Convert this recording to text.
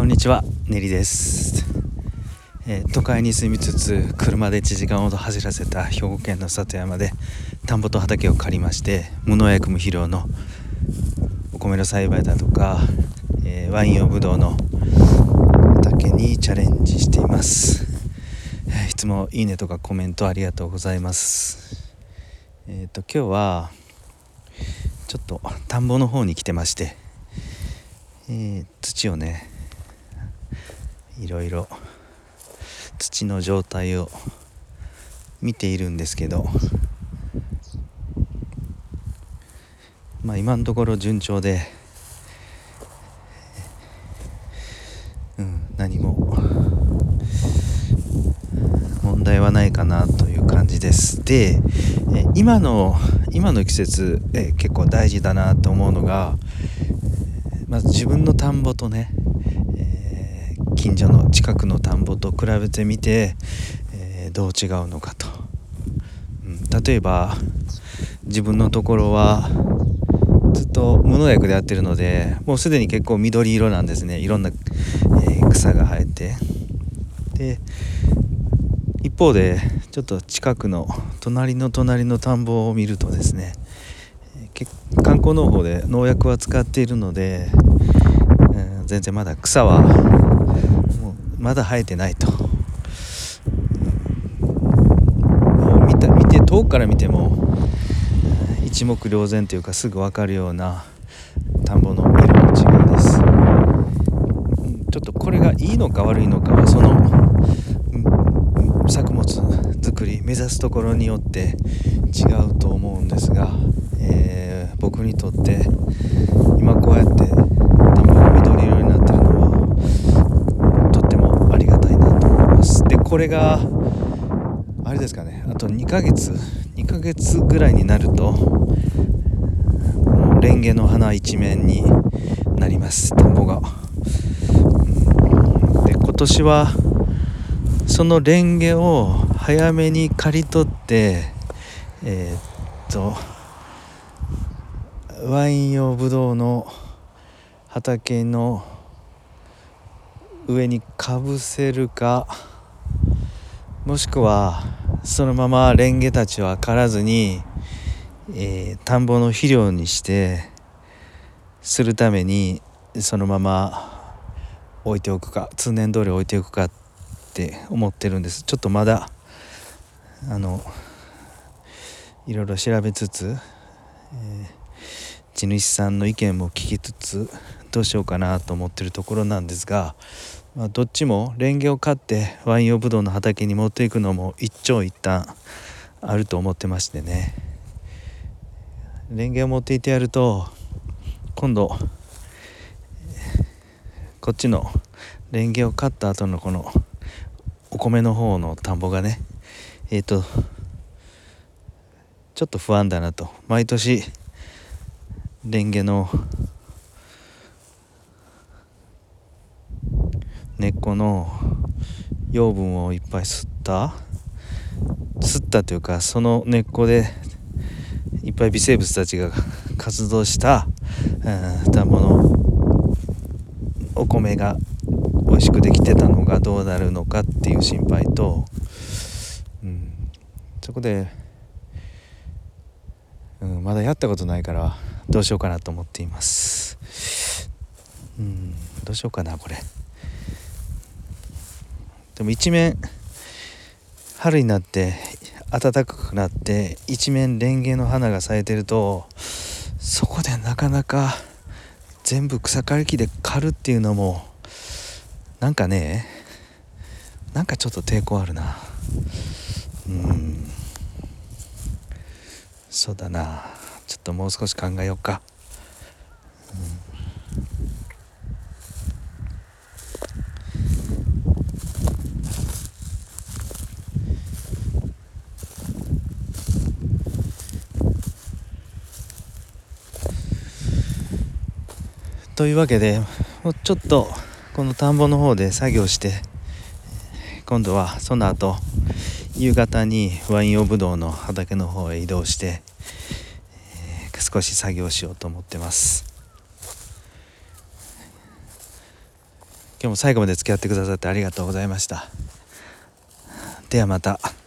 こんにちは、ネリです。都会に住みつつ車で1時間ほど走らせた兵庫県の里山で田んぼと畑を借りまして、無農薬無肥料のお米の栽培だとか、ワイン用ブドウの畑にチャレンジしています。いつもいいねとかコメントありがとうございます。今日はちょっと田んぼの方に来てまして、土をね、いろいろ土の状態を見ているんですけど、今のところ順調で、何も問題はないかなという感じです。で、今の季節、結構大事だなと思うのが、まず自分の田んぼとね、近所の近くの田んぼと比べてみて、どう違うのかと、例えば自分のところはずっと無農薬でやってるので、もうすでに結構緑色なんですね。いろんな、草が生えて、で一方でちょっと近くの隣の田んぼを見るとですね、観光農法で農薬は使っているので、全然まだ草はもうまだ生えてないと、見て遠くから見ても一目瞭然というか、すぐ分かるような田んぼの色の違いです。ちょっとこれがいいのか悪いのかは、その作物作り目指すところによって違うと思うんですが、僕にとって今こうやって田んぼが緑色になってるのはとってもありがたいなと思います。で、これがあれですかね、あと2ヶ月ぐらいになると、もうレンゲの花一面になります、田んぼが。で、今年はそのレンゲを早めに刈り取って、ワイン用ブドウの畑の上にかぶせるか、もしくはそのままレンゲたちは刈らずに、田んぼの肥料にするためにそのまま置いておくか、通年通り置いておくかって思ってるんです。ちょっとまだいろいろ調べつつ、地主さんの意見も聞きつつどうしようかなと思ってるところなんですが、どっちもレンゲを買ってワイン用ブドウの畑に持っていくのも一長一短あると思ってましてね、レンゲを持っていてやると、今度こっちのレンゲを買った後のこのお米の方の田んぼがね、ちょっと不安だなと。毎年レンゲの根っこの養分をいっぱい吸ったというか、その根っこでいっぱい微生物たちが活動した、田んぼのお米が美味しくできてたのがどうなるのかっていう心配と、そこで、まだやったことないからどうしようかなと思っています。どうしようかなこれ。でも一面春になって暖かくなって一面レンゲの花が咲いてると、そこでなかなか全部草刈り機で刈るっていうのもなんかちょっと抵抗あるな。そうだな、ちょっともう少し考えようか。というわけで、もうちょっとこの田んぼの方で作業して、今度はその後夕方にワイン用ブドウの畑の方へ移動して、少し作業しようと思ってます。 日も最後まで付き合ってくださってありがとうございました。ではまた。